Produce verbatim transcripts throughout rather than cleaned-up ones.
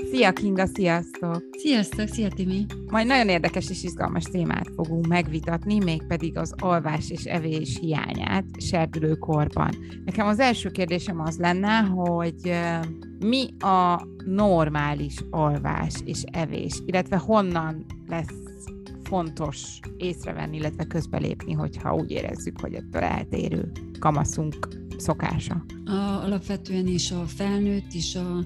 Szia Kinga, sziasztok! Sziasztok, szia Timi! Majd nagyon érdekes és izgalmas témát fogunk megvitatni, mégpedig az alvás és evés hiányát serdülőkorban. Nekem az első kérdésem az lenne, hogy mi a normális alvás és evés, illetve honnan lesz fontos észrevenni, illetve közbelépni, hogyha úgy érezzük, hogy ettől eltérő kamaszunk szokása. A, alapvetően is a felnőtt és a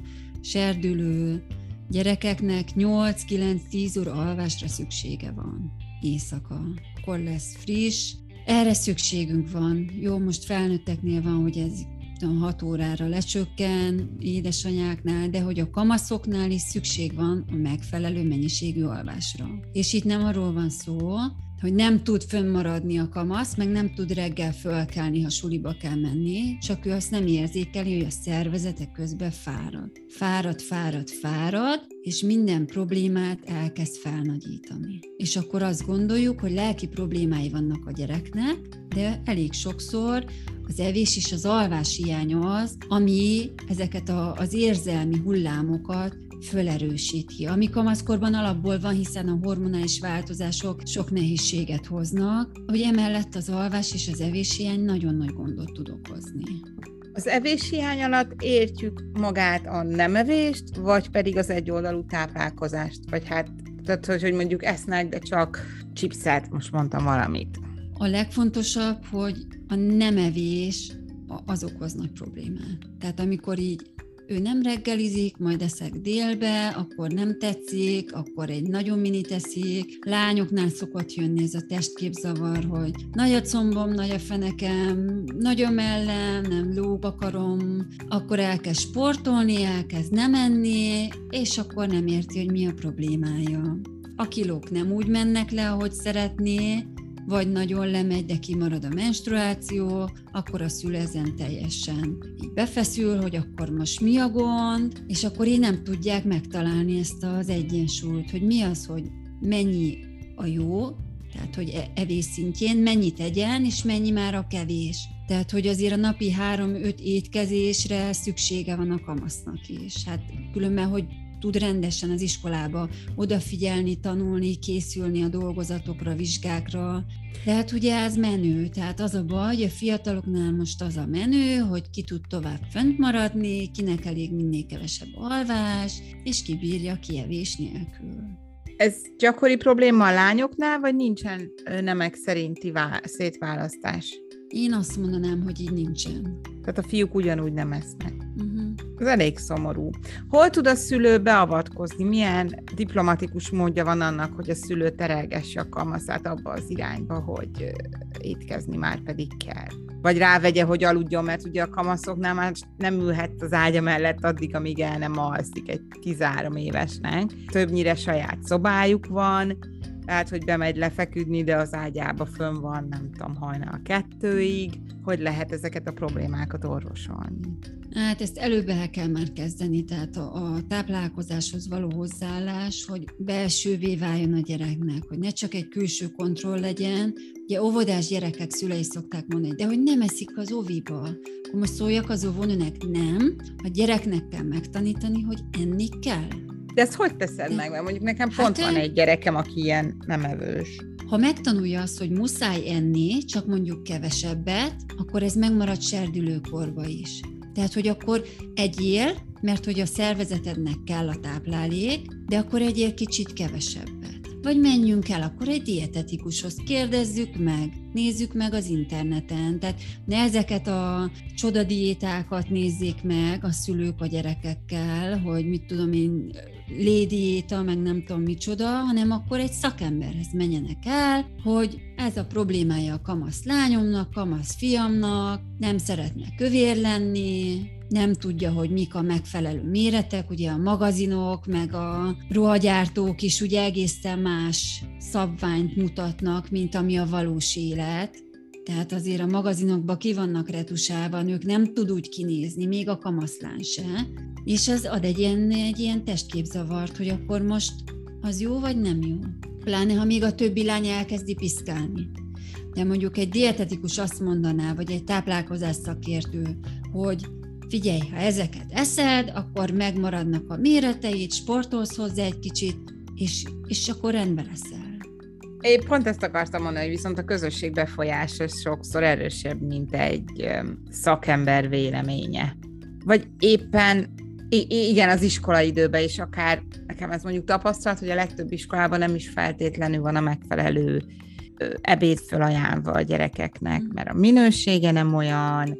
serdülő gyerekeknek nyolc-kilenc-tíz óra alvásra szüksége van éjszaka. Akkor lesz friss. Erre szükségünk van. Jó, most felnőtteknél van, hogy ez hat órára lecsökken, édesanyáknál, de hogy a kamaszoknál is szükség van a megfelelő mennyiségű alvásra. És itt nem arról van szó, hogy nem tud fönnmaradni a kamasz, meg nem tud reggel fölkelni, ha suliba kell menni, csak ő azt nem érzékeli, hogy a szervezete közben fárad. Fárad, fárad, fárad, és minden problémát elkezd felnagyítani. És akkor azt gondoljuk, hogy lelki problémái vannak a gyereknek, de elég sokszor az evés és az alvás hiány az, ami ezeket a, az érzelmi hullámokat fölerősíti. Ami kamaszkorban alapból van, hiszen a hormonális változások sok nehézséget hoznak, hogy emellett az alvás és az evéshiány nagyon nagy gondot tud okozni. Az evéshiány alatt értjük magát a nem evést, vagy pedig az egyoldalú táplálkozást? Vagy hát, tehát, hogy mondjuk esznek, de csak chipset, most mondtam valamit. A legfontosabb, hogy a nem evés az okoz nagy problémát. Tehát amikor így ő nem reggelizik, majd eszek délbe, akkor nem tetszik, akkor egy nagyon minit eszik. Lányoknál szokott jönni ez a testképzavar, hogy nagy a combom, nagy a fenekem, nagy a mellem, nem lóg akarom, akkor elkezd sportolni, elkezd nem enni, és akkor nem érti, hogy mi a problémája. A kilók nem úgy mennek le, ahogy szeretné, vagy nagyon lemegy, de kimarad a menstruáció, akkor a szülő ezen teljesen így befeszül, hogy akkor most mi a gond, és akkor így nem tudják megtalálni ezt az egyensúlyt, hogy mi az, hogy mennyi a jó, tehát hogy evés szintjén mennyit tegyen, és mennyi már a kevés. Tehát, hogy azért a napi három-öt étkezésre szüksége van a kamasznak is. Hát különben, hogy tud rendesen az iskolába odafigyelni, tanulni, készülni a dolgozatokra, vizsgákra. De hát ugye ez menő, tehát az a baj, hogy a fiataloknál most az a menő, hogy ki tud tovább fönt maradni, kinek elég minél kevesebb alvás, és kibírja kievés nélkül. Ez gyakori probléma a lányoknál, vagy nincsen nemek szerinti vá- szétválasztás? Én azt mondanám, hogy így nincsen. Tehát a fiúk ugyanúgy nem esznek. Uh-huh. Ez elég szomorú. Hol tud a szülő beavatkozni? Milyen diplomatikus módja van annak, hogy a szülő terelgesse a kamaszát abba az irányba, hogy étkezni már pedig kell? Vagy rávegye, hogy aludjon, mert ugye a kamaszoknál már nem ülhet az ágya mellett addig, amíg el nem alszik egy tizenhárom évesnek. Többnyire saját szobájuk van, tehát, hogy bemegy lefeküdni, de az ágyába fönn van, nem tudom, hajnal kettőig. Hogy lehet ezeket a problémákat orvosolni? Hát ezt előbb el kell már kezdeni, tehát a, a táplálkozáshoz való hozzáállás, hogy belsővé váljon a gyereknek, hogy ne csak egy külső kontroll legyen. Ugye óvodás gyerekek szülei szokták mondani, de hogy nem eszik az oviba. Akkor most szóljak az óvónőnek, nem, a gyereknek kell megtanítani, hogy enni kell. De ezt hogy teszed de... meg? Mert mondjuk nekem pont hát van egy gyerekem, aki ilyen nem evős. Ha megtanulja azt, hogy muszáj enni, csak mondjuk kevesebbet, akkor ez megmarad serdülőkorba is. Tehát, hogy akkor egyél, mert hogy a szervezetednek kell a táplálék, de akkor egyél kicsit kevesebbet. Vagy menjünk el, akkor egy dietetikushoz kérdezzük meg, nézzük meg az interneten. Tehát ne ezeket a csodadiétákat nézzék meg a szülők a gyerekekkel, hogy mit tudom én, lédiéta, meg nem tudom micsoda, hanem akkor egy szakemberhez menjenek el, hogy ez a problémája a kamasz lányomnak, kamasz fiamnak, nem szeretne kövér lenni, nem tudja, hogy mik a megfelelő méretek, ugye a magazinok, meg a ruhagyártók is ugye egészen más szabványt mutatnak, mint ami a valós élet. Tehát azért a magazinokban ki vannak retusálva, nők nem tud úgy kinézni, még a kamaszlány se, és ez ad egy ilyen, egy ilyen testképzavart, hogy akkor most az jó vagy nem jó. Pláne, ha még a többi lány elkezdi piszkálni. De mondjuk egy dietetikus azt mondaná, vagy egy táplálkozás szakértő, hogy figyelj, ha ezeket eszed, akkor megmaradnak a méreteid, sportolsz hozzá egy kicsit, és, és akkor rendben leszel. Én pont ezt akartam mondani, hogy viszont a közösség befolyása sokszor erősebb, mint egy szakember véleménye. Vagy éppen, igen, az iskolaidőben is akár, nekem ez mondjuk tapasztalat, hogy a legtöbb iskolában nem is feltétlenül van a megfelelő ebéd fölajánlva a gyerekeknek, mert a minősége nem olyan,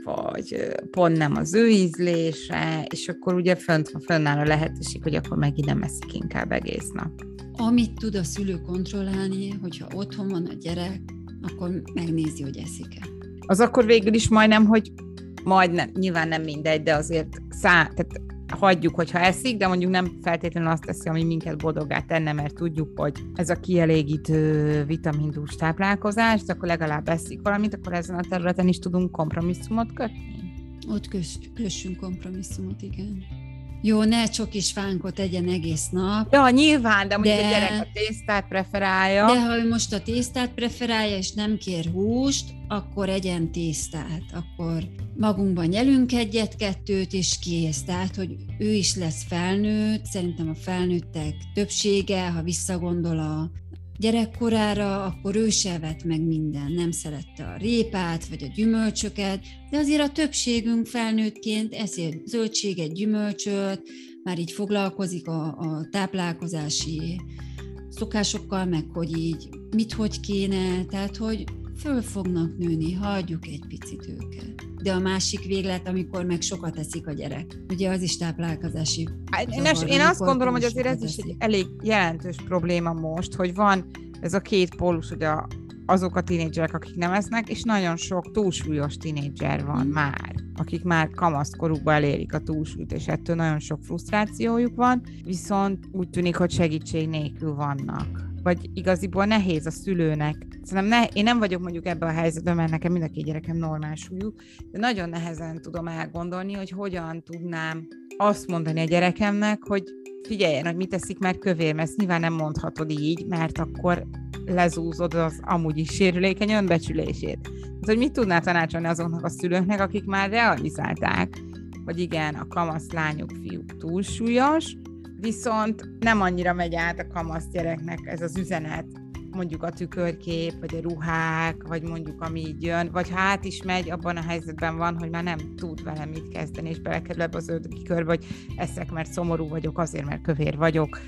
vagy pont nem az ő ízlése, és akkor ugye fönt, fönnáll a lehetőség, hogy akkor megint nem eszik inkább egész nap. Amit tud a szülő kontrollálni, hogyha otthon van a gyerek, akkor megnézi, hogy eszik-e. Az akkor végül is majdnem, hogy majdnem, nyilván nem mindegy, de azért szá, tehát hagyjuk, hogyha eszik, de mondjuk nem feltétlenül azt teszi, ami minket boldoggá tenne, mert tudjuk, hogy ez a kielégítő vitamindús táplálkozás, de akkor legalább eszik valamit, akkor ezen a területen is tudunk kompromisszumot kötni. Ott kös, kössünk kompromisszumot, igen. Jó, ne csokis fánkot tegyen egész nap. Ja, nyilván, de mondjuk de, a gyerek a tésztát preferálja. De ha ő most a tésztát preferálja, és nem kér húst, akkor egyen tésztát. Akkor magunkban nyelünk egyet-kettőt, és kész. Tehát, hogy ő is lesz felnőtt. Szerintem a felnőttek többsége, ha visszagondol a gyerekkorára, akkor ő se vett meg minden. Nem szerette a répát, vagy a gyümölcsöket, de azért a többségünk felnőttként eszi egy zöldséget, gyümölcsöt, már így foglalkozik a, a táplálkozási szokásokkal, meg hogy így mit, hogy kéne, tehát hogy föl fognak nőni, hagyjuk egy picit őket. De a másik véglet, amikor meg sokat eszik a gyerek. Ugye az is táplálkozási Én, zavar, én azt gondolom, hogy azért ez is egy elég jelentős probléma most, hogy van ez a két pólus, hogy a, azok a tínédzserek, akik nem esznek, és nagyon sok túlsúlyos tínédzser van hmm. már, akik már kamaszkorukban elérik a túlsúlyt, és ettől nagyon sok frusztrációjuk van, viszont úgy tűnik, hogy segítség nélkül vannak. Vagy igaziból nehéz a szülőnek. Szerintem ne, én nem vagyok mondjuk ebben a helyzetben, mert nekem mind a két gyerekem normál súlyú, de nagyon nehezen tudom elgondolni, hogy hogyan tudnám azt mondani a gyerekemnek, hogy figyeljen, hogy mit teszik, mert kövér, mert ezt nyilván nem mondhatod így, mert akkor lezúzod az amúgy is sérülékeny önbecsülését. Tehát, hogy mit tudná tanácsolni azoknak a szülőknek, akik már realizálták, hogy igen, a kamasz lányuk, fiúk túlsúlyos, viszont nem annyira megy át a kamasz gyereknek ez az üzenet, mondjuk a tükörkép, vagy a ruhák, vagy mondjuk ami így jön, vagy ha át is megy, abban a helyzetben van, hogy már nem tud vele mit kezdeni, és belekerül ebbe az ördögi körbe, hogy eszek, mert szomorú vagyok, azért, mert kövér vagyok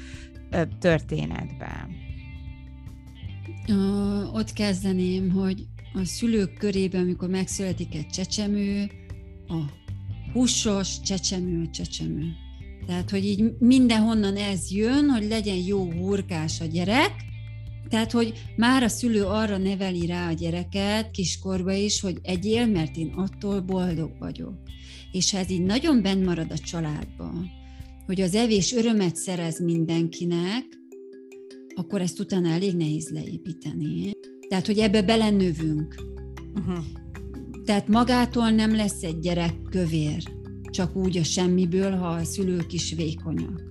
történetben. Uh, ott kezdeném, hogy a szülők körében, amikor megszületik egy csecsemő, a húsos csecsemő a csecsemő. Tehát, hogy így mindenhonnan ez jön, hogy legyen jó hurkás a gyerek, tehát, hogy már a szülő arra neveli rá a gyereket kiskorba is, hogy egyél, mert én attól boldog vagyok. És ha ez így nagyon benn marad a családban, hogy az evés örömet szerez mindenkinek, akkor ezt utána elég nehéz leépíteni. Tehát, hogy ebbe belenövünk. Uh-huh. Tehát magától nem lesz egy gyerek kövér, csak úgy a semmiből, ha a szülők is vékonyak.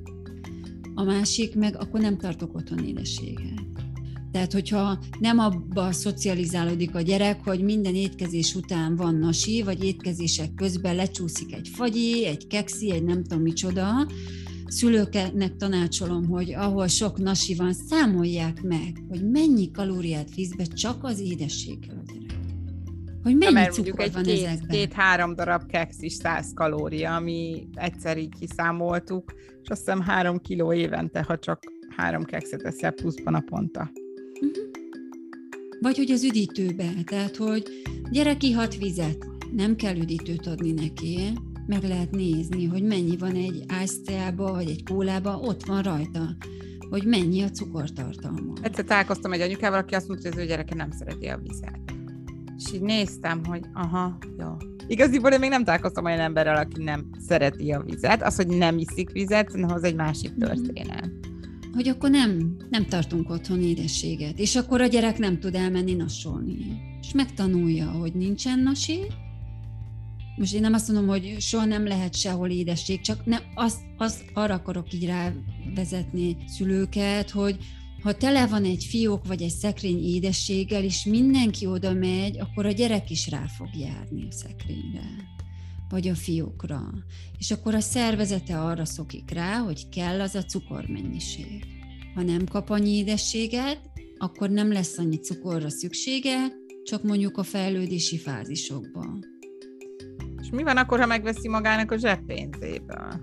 A másik meg, akkor nem tartok otthon édességet. Tehát, hogyha nem abba szocializálódik a gyerek, hogy minden étkezés után van nasi, vagy étkezések közben lecsúszik egy fagyi, egy kekszi, egy nem tudom micsoda, szülőknek tanácsolom, hogy ahol sok nasi van, számolják meg, hogy mennyi kalóriát visz be csak az édességgel a gyerek. Hogy mennyi ja, cukor egy van két, ezekben. Két-három darab keks is száz kalória, ami egyszer így kiszámoltuk, és azt hiszem három kiló évente, ha csak három kekszet eszel pluszban naponta. Uh-huh. Vagy hogy az üdítőbe, tehát hogy gyerek ihat vizet, nem kell üdítőt adni neki, meg lehet nézni, hogy mennyi van egy ice tea-ba, vagy egy kólába, ott van rajta, hogy mennyi a cukortartalma. Egyszer találkoztam egy anyukával, aki azt mondta, hogy az ő gyereke nem szereti a vizet. És így néztem, hogy aha, jó. Igaziból én még nem találkoztam olyan emberrel, aki nem szereti a vizet. Az, hogy nem iszik vizet, az egy másik történet. Hogy akkor nem, nem tartunk otthon édességet, és akkor a gyerek nem tud elmenni nasolni. És megtanulja, hogy nincsen nasi. Most én nem azt mondom, hogy soha nem lehet sehol édesség, csak nem, azt, azt arra akarok így rávezetni szülőket, hogy ha tele van egy fiók vagy egy szekrény édességgel, és mindenki oda megy, akkor a gyerek is rá fog járni a szekrényre. vagy a fiókra. És akkor a szervezete arra szokik rá, hogy kell az a cukormennyiség. Ha nem kap annyi édességet, akkor nem lesz annyi cukorra szüksége, csak mondjuk a fejlődési fázisokban. És mi van akkor, ha megveszi magának a zseppénzéből?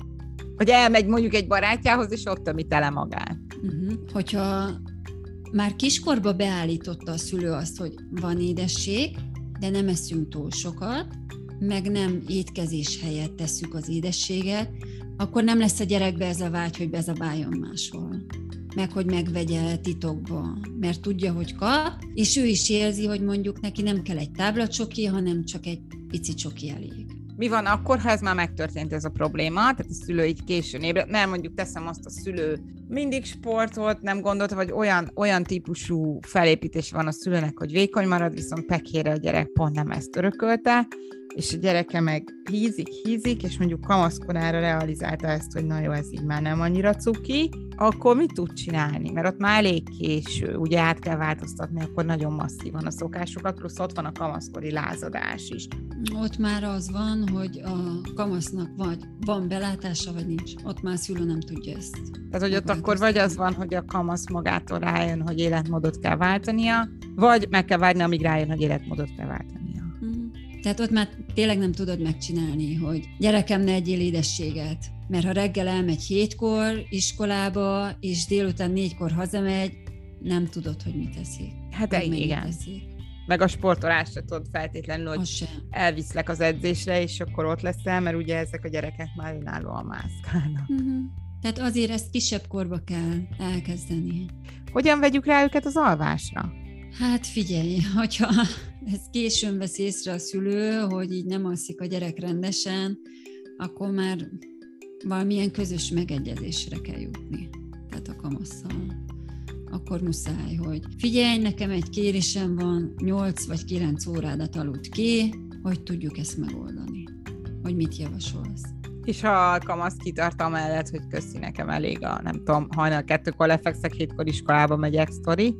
Hogy elmegy mondjuk egy barátjához, és ott tömi tele magát. Uh-huh. Hogyha már kiskorba beállította a szülő azt, hogy van édesség, de nem eszünk túl sokat, meg nem étkezés helyett tesszük az édességet, akkor nem lesz a gyerekbe ez a vágy, hogy bezabáljon máshol. Meg hogy megvegye titokba, mert tudja, hogy kap, és ő is érzi, hogy mondjuk neki nem kell egy táblacsoki, hanem csak egy pici csoki elég. Mi van akkor, ha ez már megtörtént ez a probléma, tehát a szülő így későn ébred, mert mondjuk teszem azt, a szülő mindig sportolt, nem gondolta, vagy olyan, olyan típusú felépítés van a szülőnek, hogy vékony marad, viszont pekére a gyerek pont nem ezt örökölte, és a gyereke meg hízik, hízik, és mondjuk kamaszkorára realizálta ezt, hogy na jó, ez így már nem annyira cuki, akkor mit tud csinálni? Mert ott már elég késő, ugye át kell változtatni, akkor nagyon masszívan a szokásokat, plusz ott van a kamaszkori lázadás is. Ott már az van, hogy a kamasznak vagy van belátása, vagy nincs. Ott már a szülő nem tudja ezt. Tehát, hogy ott akkor vagy az van, hogy a kamasz magától rájön, hogy életmódot kell váltania, vagy meg kell várni, amíg rájön, hogy életmódot kell váltania. Tehát ott már tényleg nem tudod megcsinálni, hogy gyerekem, ne egyél édességet, mert ha reggel elmegy hétkor iskolába, és délután négykor hazamegy, nem tudod, hogy mit teszik. Hát egy, igen. Teszik. Meg a sportolást se tudod feltétlenül, hogy elviszlek az edzésre, és akkor ott leszel, mert ugye ezek a gyerekek már önállóan mászkálnak. Uh-huh. Tehát azért ezt kisebb korba kell elkezdeni. Hogyan vegyük rá őket az alvásra? Hát figyelj, hogyha ezt későn vesz észre a szülő, hogy így nem alszik a gyerek rendesen, akkor már valamilyen közös megegyezésre kell jutni. Tehát a kamasszal. Akkor muszáj, hogy figyelj, nekem egy kérésem van, nyolc vagy kilenc órádat aludt ki, hogy tudjuk ezt megoldani. Hogy mit javasolsz. És ha a kamasz kitart amellett, hogy köszi, nekem elég a, nem tudom, hajnal kettőkor lefekszek, hétkor iskolába megyek, sztori.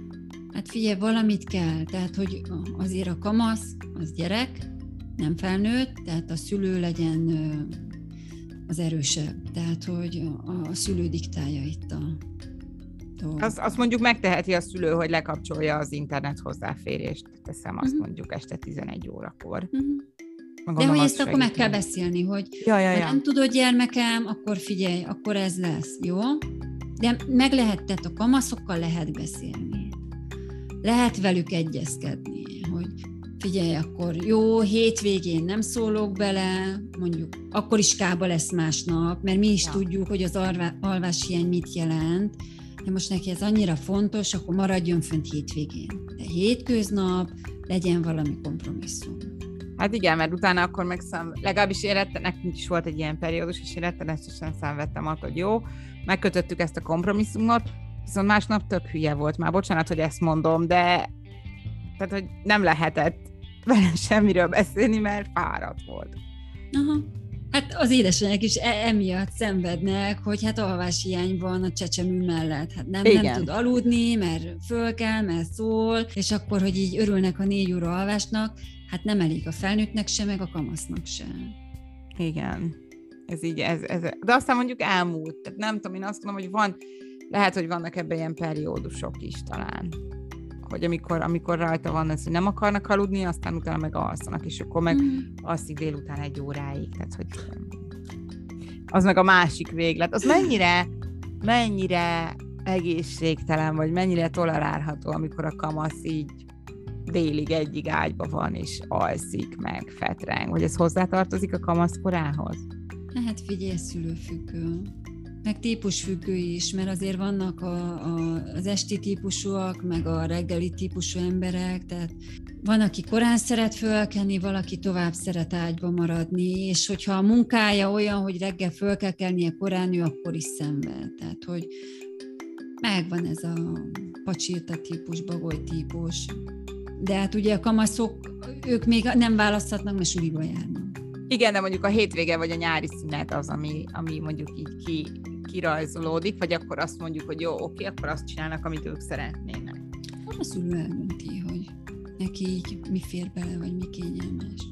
Hát figyelj, valamit kell, tehát hogy azért a kamasz, az gyerek, nem felnőtt, tehát a szülő legyen az erősebb, tehát hogy a szülő diktálja itt a dolgot. Azt, azt mondjuk megteheti a szülő, hogy lekapcsolja az internet hozzáférést, teszem azt uh-huh. mondjuk este tizenegy órakor. Uh-huh. De hogy ezt akkor meg kell beszélni, hogy ja, ja, ja. ha nem tudod gyermekem, akkor figyelj, akkor ez lesz, jó? De meg lehet, tehát a kamaszokkal lehet beszélni. Lehet velük egyezkedni, hogy figyelj, akkor jó, hétvégén nem szólok bele, mondjuk akkor is kába lesz másnap, mert mi is ja. tudjuk, hogy az alvá- alváshiány mit jelent, de most neki ez annyira fontos, akkor maradjon fönt hétvégén. De hétköznap legyen valami kompromisszum. Hát igen, mert utána akkor meg szem, legalábbis én rettem, nekünk is volt egy ilyen periódus, és én rettenetesen szenvedtem attól, hogy jó, megkötöttük ezt a kompromisszumot, viszont másnap tök hülye volt már, bocsánat, hogy ezt mondom, de tehát, hogy nem lehetett vele semmiről beszélni, mert fáradt volt. Aha. Hát az édesanyák is e- emiatt szenvednek, hogy hát alváshiány van a csecsemő mellett. Hát nem, nem tud aludni, mert föl kell, mert szól, és akkor, hogy így örülnek a négy óra alvásnak, hát nem elég a felnőttnek se, meg a kamasznak se. Igen. Ez így, ez, ez, de aztán mondjuk elmúlt. Tehát nem tudom, én azt mondom, hogy van, lehet, hogy vannak ebben ilyen periódusok is talán. Hogy amikor, amikor rajta van ez, hogy nem akarnak aludni, aztán utána meg alszanak, és akkor meg mm. alszik délután egy óráig. Tehát, hogy az meg a másik véglet. Az mennyire, mennyire egészségtelen, vagy mennyire tolerálható, amikor a kamasz így délig egyig ágyba van, és alszik, meg fetreng. Vagy ez hozzátartozik a kamasz korához? Hát figyelj, szülőfüggő. Meg típusfüggő is, mert azért vannak a, a, az esti típusúak, meg a reggeli típusú emberek, tehát van, aki korán szeret fölkelni, valaki tovább szeret ágyba maradni, és hogyha a munkája olyan, hogy reggel föl kell kelnie korán, ő akkor is szenved. Tehát, hogy megvan ez a pacsirta típus, bagoly típus. De hát ugye a kamaszok, ők még nem választhatnak, mert suliba járnak. Igen, de mondjuk a hétvége vagy a nyári szünet az, ami, ami mondjuk így ki, kirajzolódik, vagy akkor azt mondjuk, hogy jó, oké, akkor azt csinálnak, amit ők szeretnének. A szülő eldönti, hogy neki így mi fér bele, vagy mi kényelmes.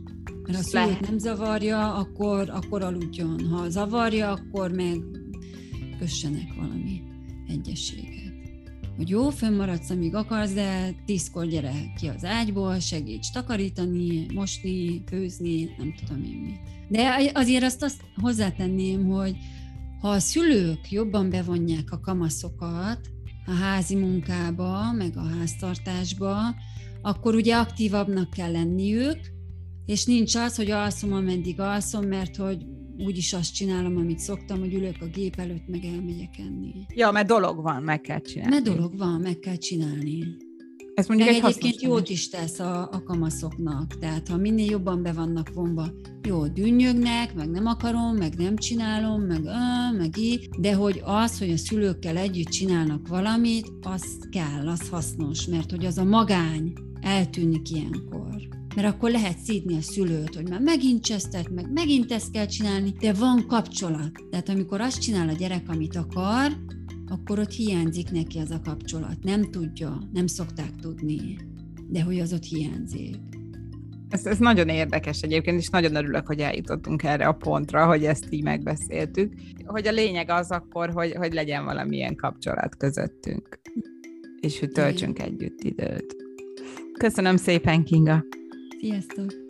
Mert ha a szülőt nem zavarja, akkor, akkor aludjon. Ha zavarja, akkor meg kössenek valami egyességet. Hogy jó, fönnmaradsz, amíg akarsz, de tízkor gyere ki az ágyból, segíts takarítani, mosni, főzni, nem tudom én mit. De azért azt, azt hozzátenném, hogy ha a szülők jobban bevonják a kamaszokat a házi munkába, meg a háztartásba, akkor ugye aktívabbnak kell lenniük, és nincs az, hogy alszom, ameddig alszom, mert hogy úgyis azt csinálom, amit szoktam, hogy ülök a gép előtt, meg elmegyek enni. Ja, mert dolog van, meg kell csinálni. Mert dolog van, meg kell csinálni. Ez mondjuk meg egy egyébként jót is tesz a, a kamaszoknak, tehát ha minél jobban be vannak vonva, jó, dünnyögnek, meg nem akarom, meg nem csinálom, meg ö, meg így, de hogy az, hogy a szülőkkel együtt csinálnak valamit, az kell, az hasznos, mert hogy az a magány eltűnik ilyenkor. Mert akkor lehet szídni a szülőt, hogy már megint csesztet, meg megint ezt kell csinálni, de van kapcsolat. Tehát amikor azt csinál a gyerek, amit akar, akkor ott hiányzik neki az a kapcsolat. Nem tudja, nem szokták tudni, de hogy az ott hiányzik. Ez, ez nagyon érdekes egyébként, és nagyon örülök, hogy eljutottunk erre a pontra, hogy ezt így megbeszéltük. Hogy a lényeg az akkor, hogy, hogy legyen valamilyen kapcsolat közöttünk, és hogy töltsünk együtt időt. Köszönöm szépen, Kinga! Sziasztok!